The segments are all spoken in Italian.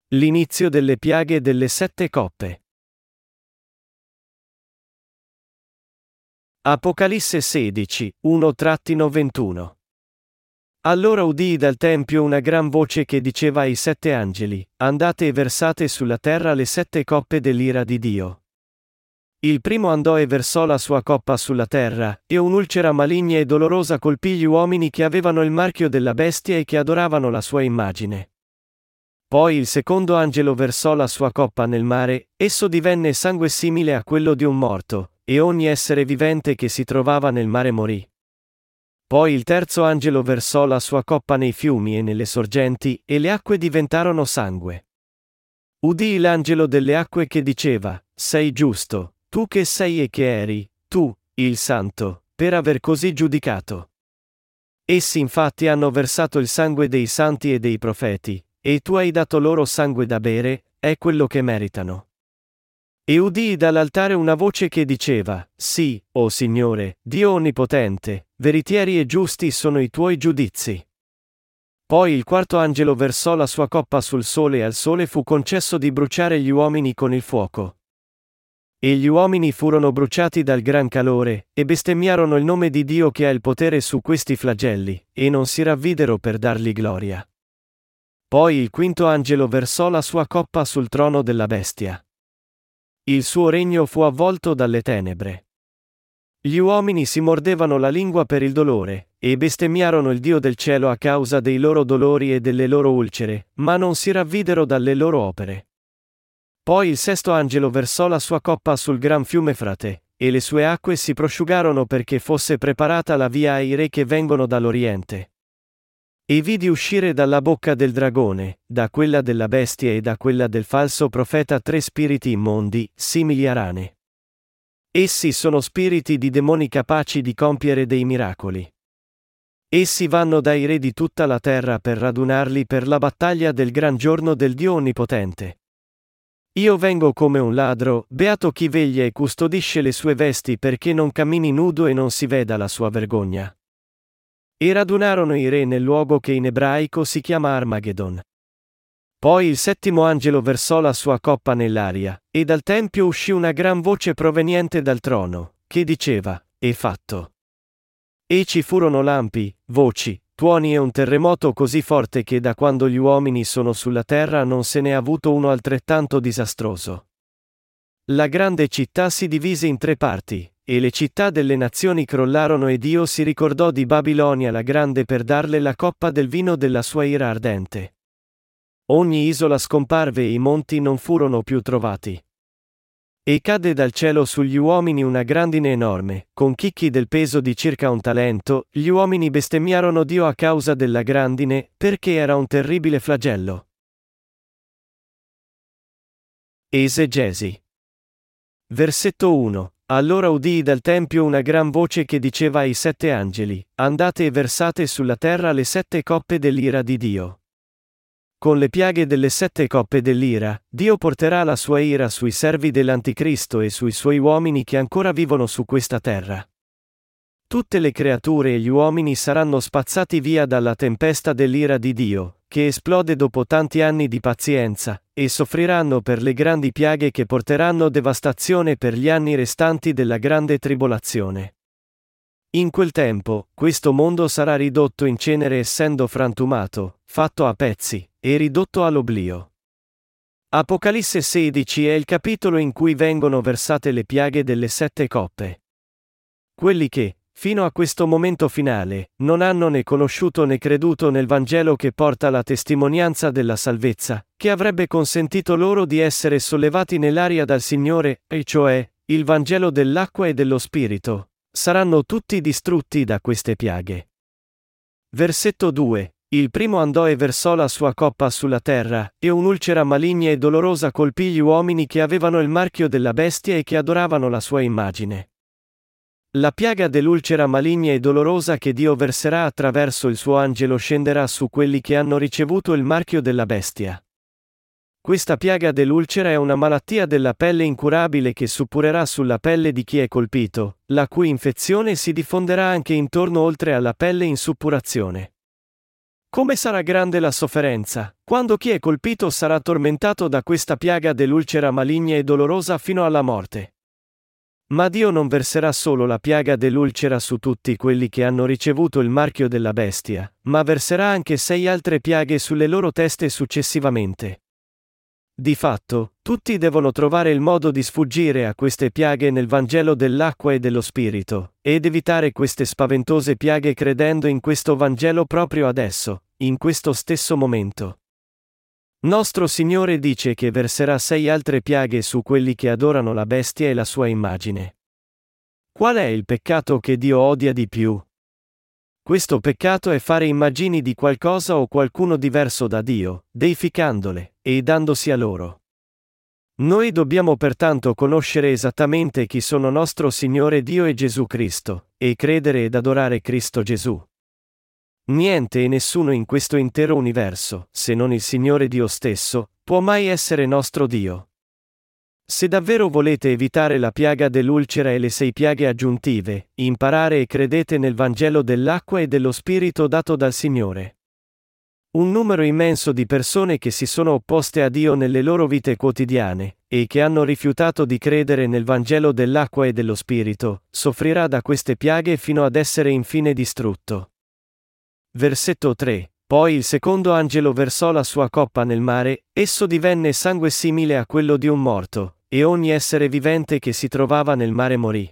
L'inizio delle piaghe delle 7 coppe. Apocalisse 16, 1-21. Allora udii dal tempio una gran voce che diceva ai 7 angeli: andate e versate sulla terra le 7 coppe dell'ira di Dio. Il primo andò e versò la sua coppa sulla terra, e un'ulcera maligna e dolorosa colpì gli uomini che avevano il marchio della bestia e che adoravano la sua immagine. Poi il secondo angelo versò la sua coppa nel mare, esso divenne sangue simile a quello di un morto, e ogni essere vivente che si trovava nel mare morì. Poi il terzo angelo versò la sua coppa nei fiumi e nelle sorgenti, e le acque diventarono sangue. Udii l'angelo delle acque che diceva: sei giusto, tu che sei e che eri, tu, il Santo, per aver così giudicato. Essi infatti hanno versato il sangue dei santi e dei profeti, e tu hai dato loro sangue da bere, è quello che meritano. E udii dall'altare una voce che diceva: sì, o Signore, Dio onnipotente, veritieri e giusti sono i tuoi giudizi. Poi il quarto angelo versò la sua coppa sul sole e al sole fu concesso di bruciare gli uomini con il fuoco. E gli uomini furono bruciati dal gran calore, e bestemmiarono il nome di Dio che ha il potere su questi flagelli, e non si ravvidero per dargli gloria. Poi il quinto angelo versò la sua coppa sul trono della bestia. Il suo regno fu avvolto dalle tenebre. Gli uomini si mordevano la lingua per il dolore, e bestemmiarono il Dio del cielo a causa dei loro dolori e delle loro ulcere, ma non si ravvidero dalle loro opere. Poi il sesto angelo versò la sua coppa sul gran fiume Frate, e le sue acque si prosciugarono perché fosse preparata la via ai re che vengono dall'Oriente. E vidi uscire dalla bocca del dragone, da quella della bestia e da quella del falso profeta 3 spiriti immondi, simili a rane. Essi sono spiriti di demoni capaci di compiere dei miracoli. Essi vanno dai re di tutta la terra per radunarli per la battaglia del gran giorno del Dio Onnipotente. Io vengo come un ladro, beato chi veglia e custodisce le sue vesti perché non cammini nudo e non si veda la sua vergogna. E radunarono i re nel luogo che in ebraico si chiama Armageddon. Poi il settimo angelo versò la sua coppa nell'aria, e dal tempio uscì una gran voce proveniente dal trono, che diceva: è fatto. E ci furono lampi, voci, tuoni e un terremoto così forte che da quando gli uomini sono sulla terra non se n'è avuto uno altrettanto disastroso. La grande città si divise in 3 parti, e le città delle nazioni crollarono e Dio si ricordò di Babilonia la grande per darle la coppa del vino della sua ira ardente. Ogni isola scomparve e i monti non furono più trovati. E cadde dal cielo sugli uomini una grandine enorme, con chicchi del peso di circa 1 talento, gli uomini bestemmiarono Dio a causa della grandine, perché era un terribile flagello. Esegesi. Versetto 1. Allora udii dal tempio una gran voce che diceva ai 7 angeli: andate e versate sulla terra le 7 coppe dell'ira di Dio. Con le piaghe delle 7 coppe dell'ira, Dio porterà la sua ira sui servi dell'Anticristo e sui suoi uomini che ancora vivono su questa terra. Tutte le creature e gli uomini saranno spazzati via dalla tempesta dell'ira di Dio, che esplode dopo tanti anni di pazienza, e soffriranno per le grandi piaghe che porteranno devastazione per gli anni restanti della grande tribolazione. In quel tempo, questo mondo sarà ridotto in cenere essendo frantumato, fatto a pezzi, e ridotto all'oblio. Apocalisse 16 è il capitolo in cui vengono versate le piaghe delle 7 coppe. Quelli che, fino a questo momento finale, non hanno né conosciuto né creduto nel Vangelo che porta la testimonianza della salvezza, che avrebbe consentito loro di essere sollevati nell'aria dal Signore, e cioè, il Vangelo dell'acqua e dello Spirito, saranno tutti distrutti da queste piaghe. Versetto 2. Il primo andò e versò la sua coppa sulla terra, e un'ulcera maligna e dolorosa colpì gli uomini che avevano il marchio della bestia e che adoravano la sua immagine. La piaga dell'ulcera maligna e dolorosa che Dio verserà attraverso il suo angelo scenderà su quelli che hanno ricevuto il marchio della bestia. Questa piaga dell'ulcera è una malattia della pelle incurabile che suppurerà sulla pelle di chi è colpito, la cui infezione si diffonderà anche intorno oltre alla pelle in suppurazione. Come sarà grande la sofferenza, quando chi è colpito sarà tormentato da questa piaga dell'ulcera maligna e dolorosa fino alla morte. Ma Dio non verserà solo la piaga dell'ulcera su tutti quelli che hanno ricevuto il marchio della bestia, ma verserà anche 6 altre piaghe sulle loro teste successivamente. Di fatto, tutti devono trovare il modo di sfuggire a queste piaghe nel Vangelo dell'acqua e dello Spirito, ed evitare queste spaventose piaghe credendo in questo Vangelo proprio adesso, in questo stesso momento. Nostro Signore dice che verserà 6 altre piaghe su quelli che adorano la bestia e la sua immagine. Qual è il peccato che Dio odia di più? Questo peccato è fare immagini di qualcosa o qualcuno diverso da Dio, deificandole, e dandosi a loro. Noi dobbiamo pertanto conoscere esattamente chi sono nostro Signore Dio e Gesù Cristo, e credere ed adorare Cristo Gesù. Niente e nessuno in questo intero universo, se non il Signore Dio stesso, può mai essere nostro Dio. Se davvero volete evitare la piaga dell'ulcera e le 6 piaghe aggiuntive, imparare e credete nel Vangelo dell'acqua e dello Spirito dato dal Signore. Un numero immenso di persone che si sono opposte a Dio nelle loro vite quotidiane, e che hanno rifiutato di credere nel Vangelo dell'acqua e dello Spirito, soffrirà da queste piaghe fino ad essere infine distrutto. Versetto 3. Poi il secondo angelo versò la sua coppa nel mare, esso divenne sangue simile a quello di un morto, e ogni essere vivente che si trovava nel mare morì.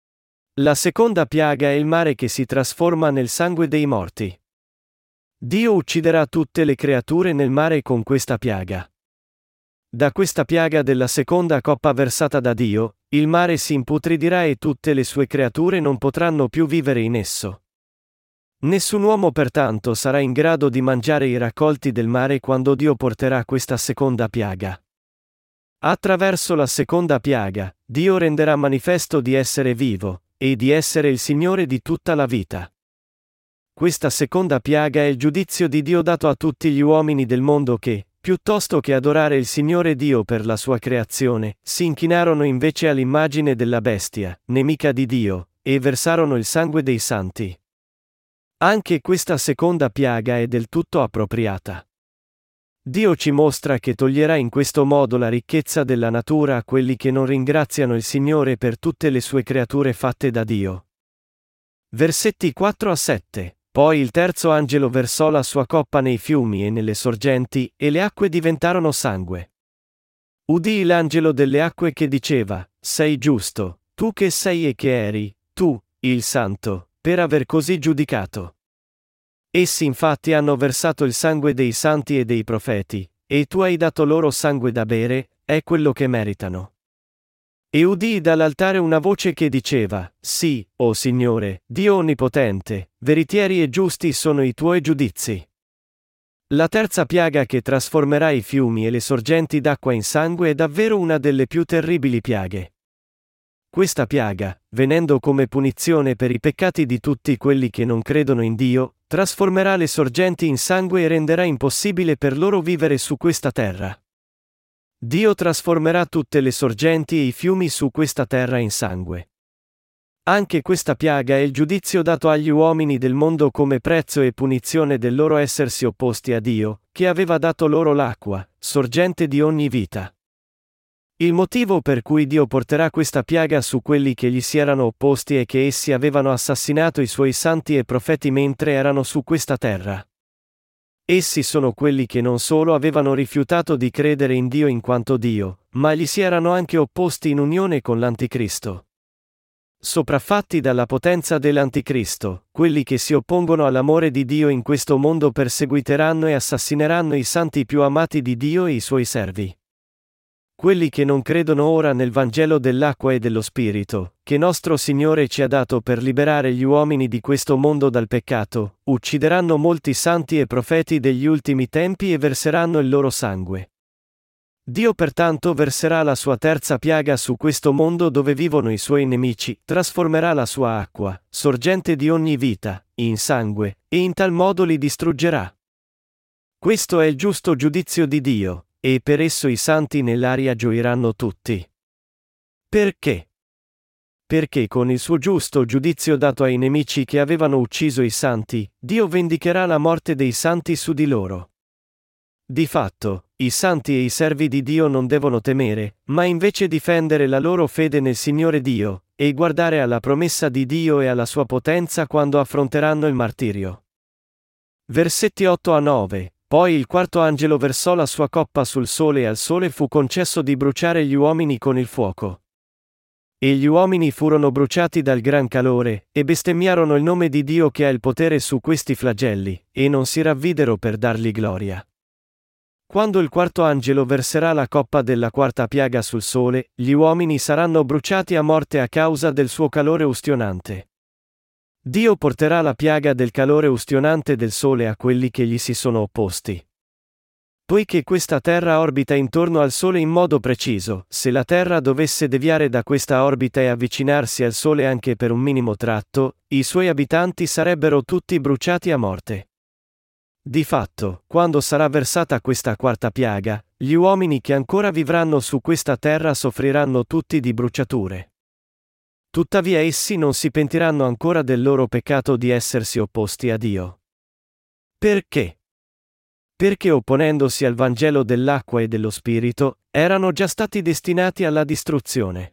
La seconda piaga è il mare che si trasforma nel sangue dei morti. Dio ucciderà tutte le creature nel mare con questa piaga. Da questa piaga della seconda coppa versata da Dio, il mare si imputridirà e tutte le sue creature non potranno più vivere in esso. Nessun uomo pertanto sarà in grado di mangiare i raccolti del mare quando Dio porterà questa seconda piaga. Attraverso la seconda piaga, Dio renderà manifesto di essere vivo, e di essere il Signore di tutta la vita. Questa seconda piaga è il giudizio di Dio dato a tutti gli uomini del mondo che, piuttosto che adorare il Signore Dio per la sua creazione, si inchinarono invece all'immagine della bestia, nemica di Dio, e versarono il sangue dei santi. Anche questa seconda piaga è del tutto appropriata. Dio ci mostra che toglierà in questo modo la ricchezza della natura a quelli che non ringraziano il Signore per tutte le sue creature fatte da Dio. Versetti 4 a 7. Poi il terzo angelo versò la sua coppa nei fiumi e nelle sorgenti, e le acque diventarono sangue. Udii l'angelo delle acque che diceva: Sei giusto, tu che sei e che eri, tu, il Santo, per aver così giudicato. Essi infatti hanno versato il sangue dei santi e dei profeti, e tu hai dato loro sangue da bere, è quello che meritano. E udii dall'altare una voce che diceva: Sì, o Signore, Dio onnipotente, veritieri e giusti sono i tuoi giudizi. La terza piaga che trasformerà i fiumi e le sorgenti d'acqua in sangue è davvero una delle più terribili piaghe. Questa piaga, venendo come punizione per i peccati di tutti quelli che non credono in Dio, trasformerà le sorgenti in sangue e renderà impossibile per loro vivere su questa terra. Dio trasformerà tutte le sorgenti e i fiumi su questa terra in sangue. Anche questa piaga è il giudizio dato agli uomini del mondo come prezzo e punizione del loro essersi opposti a Dio, che aveva dato loro l'acqua, sorgente di ogni vita. Il motivo per cui Dio porterà questa piaga su quelli che gli si erano opposti è che essi avevano assassinato i suoi santi e profeti mentre erano su questa terra. Essi sono quelli che non solo avevano rifiutato di credere in Dio in quanto Dio, ma gli si erano anche opposti in unione con l'Anticristo. Sopraffatti dalla potenza dell'Anticristo, quelli che si oppongono all'amore di Dio in questo mondo perseguiteranno e assassineranno i santi più amati di Dio e i suoi servi. Quelli che non credono ora nel Vangelo dell'acqua e dello Spirito, che nostro Signore ci ha dato per liberare gli uomini di questo mondo dal peccato, uccideranno molti santi e profeti degli ultimi tempi e verseranno il loro sangue. Dio pertanto verserà la sua terza piaga su questo mondo dove vivono i suoi nemici, trasformerà la sua acqua, sorgente di ogni vita, in sangue, e in tal modo li distruggerà. Questo è il giusto giudizio di Dio, e per esso i santi nell'aria gioiranno tutti. Perché? perché con il suo giusto giudizio dato ai nemici che avevano ucciso i santi, Dio vendicherà la morte dei santi su di loro. Di fatto, i santi e i servi di Dio non devono temere, ma invece difendere la loro fede nel Signore Dio, e guardare alla promessa di Dio e alla sua potenza quando affronteranno il martirio. Versetti 8 a 9. Poi il quarto angelo versò la sua coppa sul sole e al sole fu concesso di bruciare gli uomini con il fuoco. E gli uomini furono bruciati dal gran calore, e bestemmiarono il nome di Dio che ha il potere su questi flagelli, e non si ravvidero per dargli gloria. Quando il quarto angelo verserà la coppa della quarta piaga sul sole, gli uomini saranno bruciati a morte a causa del suo calore ustionante. Dio porterà la piaga del calore ustionante del sole a quelli che gli si sono opposti. Poiché questa Terra orbita intorno al Sole in modo preciso, se la Terra dovesse deviare da questa orbita e avvicinarsi al Sole anche per un minimo tratto, i suoi abitanti sarebbero tutti bruciati a morte. Di fatto, quando sarà versata questa quarta piaga, gli uomini che ancora vivranno su questa terra soffriranno tutti di bruciature. Tuttavia essi non si pentiranno ancora del loro peccato di essersi opposti a Dio. Perché? Perché opponendosi al Vangelo dell'acqua e dello Spirito, erano già stati destinati alla distruzione.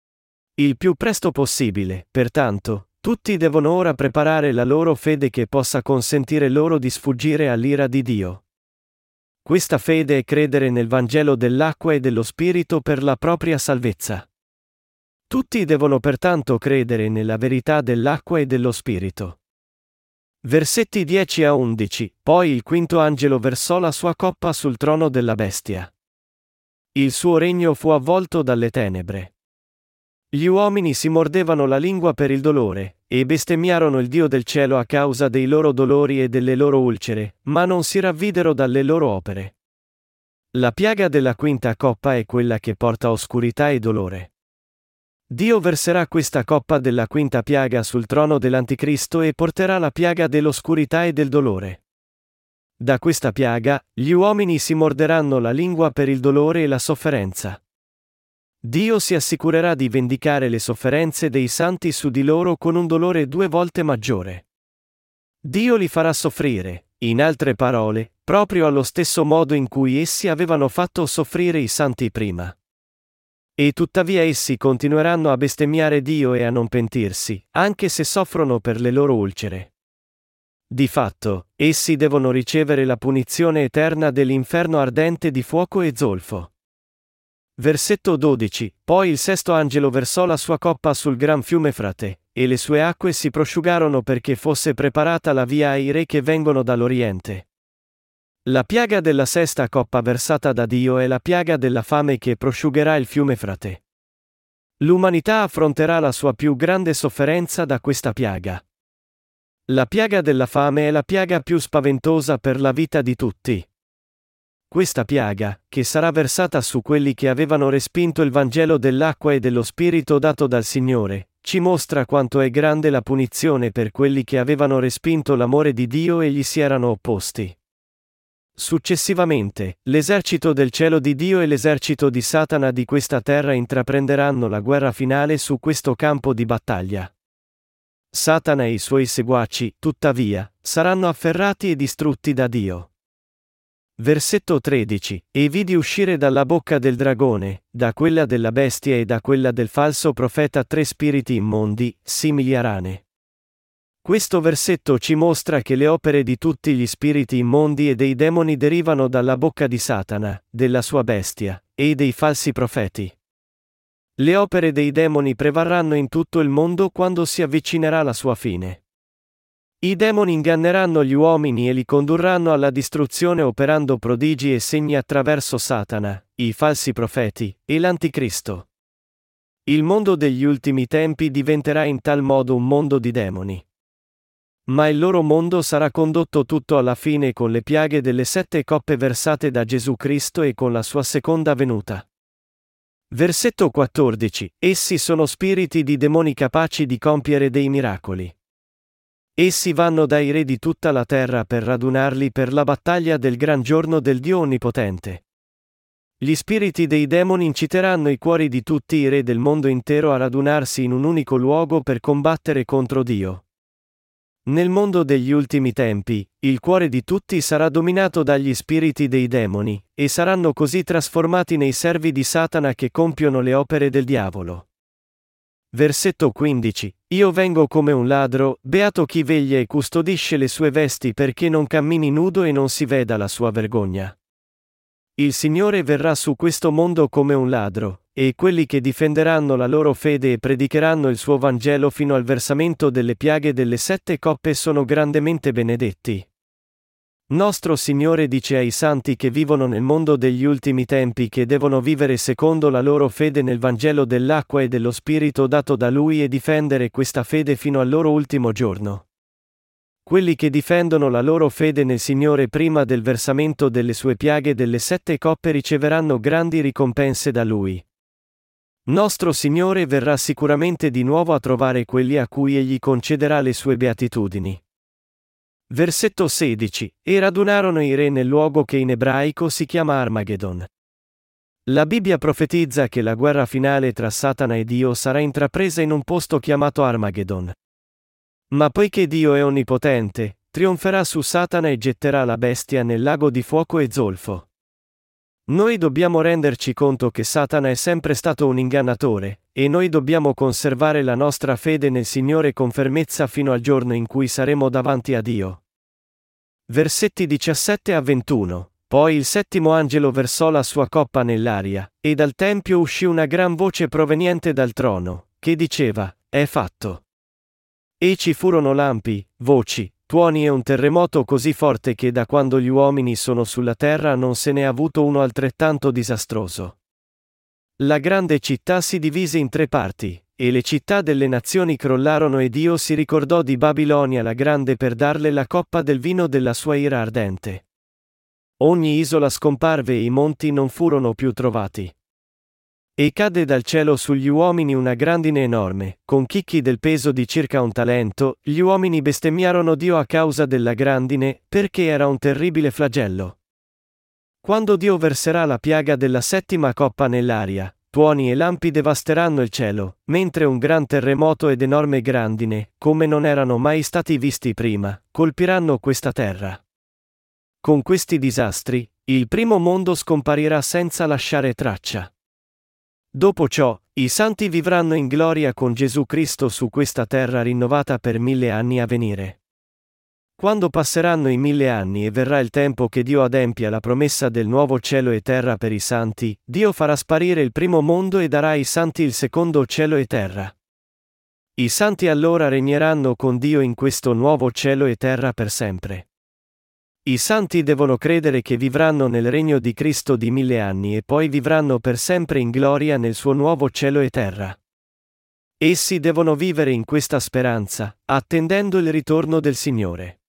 Il più presto possibile, pertanto, tutti devono ora preparare la loro fede che possa consentire loro di sfuggire all'ira di Dio. Questa fede è credere nel Vangelo dell'acqua e dello Spirito per la propria salvezza. Tutti devono pertanto credere nella verità dell'acqua e dello Spirito. Versetti 10 a 11. Poi il quinto angelo versò la sua coppa sul trono della bestia. Il suo regno fu avvolto dalle tenebre. Gli uomini si mordevano la lingua per il dolore, e bestemmiarono il Dio del cielo a causa dei loro dolori e delle loro ulcere, ma non si ravvidero dalle loro opere. La piaga della quinta coppa è quella che porta oscurità e dolore. Dio verserà questa coppa della quinta piaga sul trono dell'Anticristo e porterà la piaga dell'oscurità e del dolore. Da questa piaga, gli uomini si morderanno la lingua per il dolore e la sofferenza. Dio si assicurerà di vendicare le sofferenze dei santi su di loro con un dolore 2 volte maggiore. Dio li farà soffrire, in altre parole, proprio allo stesso modo in cui essi avevano fatto soffrire i santi prima. E tuttavia essi continueranno a bestemmiare Dio e a non pentirsi, anche se soffrono per le loro ulcere. Di fatto, essi devono ricevere la punizione eterna dell'inferno ardente di fuoco e zolfo. Versetto 12. Poi il sesto angelo versò la sua coppa sul gran fiume Frate, e le sue acque si prosciugarono perché fosse preparata la via ai re che vengono dall'Oriente. La piaga della sesta coppa versata da Dio è la piaga della fame che prosciugherà il fiume Frate. L'umanità affronterà la sua più grande sofferenza da questa piaga. La piaga della fame è la piaga più spaventosa per la vita di tutti. Questa piaga, che sarà versata su quelli che avevano respinto il Vangelo dell'acqua e dello Spirito dato dal Signore, ci mostra quanto è grande la punizione per quelli che avevano respinto l'amore di Dio e gli si erano opposti. Successivamente, l'esercito del cielo di Dio e l'esercito di Satana di questa terra intraprenderanno la guerra finale su questo campo di battaglia. Satana e i suoi seguaci, tuttavia, saranno afferrati e distrutti da Dio. Versetto 13. E vidi uscire dalla bocca del dragone, da quella della bestia e da quella del falso profeta 3 spiriti immondi, simili a rane. Questo versetto ci mostra che le opere di tutti gli spiriti immondi e dei demoni derivano dalla bocca di Satana, della sua bestia, e dei falsi profeti. Le opere dei demoni prevarranno in tutto il mondo quando si avvicinerà la sua fine. I demoni inganneranno gli uomini e li condurranno alla distruzione operando prodigi e segni attraverso Satana, i falsi profeti, e l'Anticristo. Il mondo degli ultimi tempi diventerà in tal modo un mondo di demoni. Ma il loro mondo sarà condotto tutto alla fine con le piaghe delle 7 coppe versate da Gesù Cristo e con la sua seconda venuta. Versetto 14. Essi sono spiriti di demoni capaci di compiere dei miracoli. Essi vanno dai re di tutta la terra per radunarli per la battaglia del gran giorno del Dio Onnipotente. Gli spiriti dei demoni inciteranno i cuori di tutti i re del mondo intero a radunarsi in un unico luogo per combattere contro Dio. Nel mondo degli ultimi tempi, il cuore di tutti sarà dominato dagli spiriti dei demoni, e saranno così trasformati nei servi di Satana che compiono le opere del diavolo. Versetto 15. Io vengo come un ladro, beato chi veglia e custodisce le sue vesti perché non cammini nudo e non si veda la sua vergogna. Il Signore verrà su questo mondo come un ladro, e quelli che difenderanno la loro fede e predicheranno il suo Vangelo fino al versamento delle piaghe delle 7 coppe sono grandemente benedetti. Nostro Signore dice ai santi che vivono nel mondo degli ultimi tempi che devono vivere secondo la loro fede nel Vangelo dell'acqua e dello Spirito dato da Lui e difendere questa fede fino al loro ultimo giorno. Quelli che difendono la loro fede nel Signore prima del versamento delle sue piaghe delle 7 coppe riceveranno grandi ricompense da Lui. Nostro Signore verrà sicuramente di nuovo a trovare quelli a cui Egli concederà le sue beatitudini. Versetto 16. E radunarono i re nel luogo che in ebraico si chiama Armageddon. La Bibbia profetizza che la guerra finale tra Satana e Dio sarà intrapresa in un posto chiamato Armageddon. Ma poiché Dio è onnipotente, trionferà su Satana e getterà la bestia nel lago di fuoco e zolfo. Noi dobbiamo renderci conto che Satana è sempre stato un ingannatore, e noi dobbiamo conservare la nostra fede nel Signore con fermezza fino al giorno in cui saremo davanti a Dio. Versetti 17 a 21. Poi il settimo angelo versò la sua coppa nell'aria, e dal tempio uscì una gran voce proveniente dal trono, che diceva: È fatto. E ci furono lampi, voci, tuoni e un terremoto così forte che da quando gli uomini sono sulla terra non se n'è avuto uno altrettanto disastroso. La grande città si divise in 3 parti, e le città delle nazioni crollarono e Dio si ricordò di Babilonia la grande per darle la coppa del vino della sua ira ardente. Ogni isola scomparve e i monti non furono più trovati. E cadde dal cielo sugli uomini una grandine enorme, con chicchi del peso di circa un talento, gli uomini bestemmiarono Dio a causa della grandine, perché era un terribile flagello. Quando Dio verserà la piaga della 7ª coppa nell'aria, tuoni e lampi devasteranno il cielo, mentre un gran terremoto ed enorme grandine, come non erano mai stati visti prima, colpiranno questa terra. Con questi disastri, il primo mondo scomparirà senza lasciare traccia. Dopo ciò, i santi vivranno in gloria con Gesù Cristo su questa terra rinnovata per 1000 anni a venire. Quando passeranno i 1000 anni e verrà il tempo che Dio adempia la promessa del nuovo cielo e terra per i santi, Dio farà sparire il primo mondo e darà ai santi il secondo cielo e terra. I santi allora regneranno con Dio in questo nuovo cielo e terra per sempre. I santi devono credere che vivranno nel regno di Cristo di 1000 anni e poi vivranno per sempre in gloria nel suo nuovo cielo e terra. Essi devono vivere in questa speranza, attendendo il ritorno del Signore.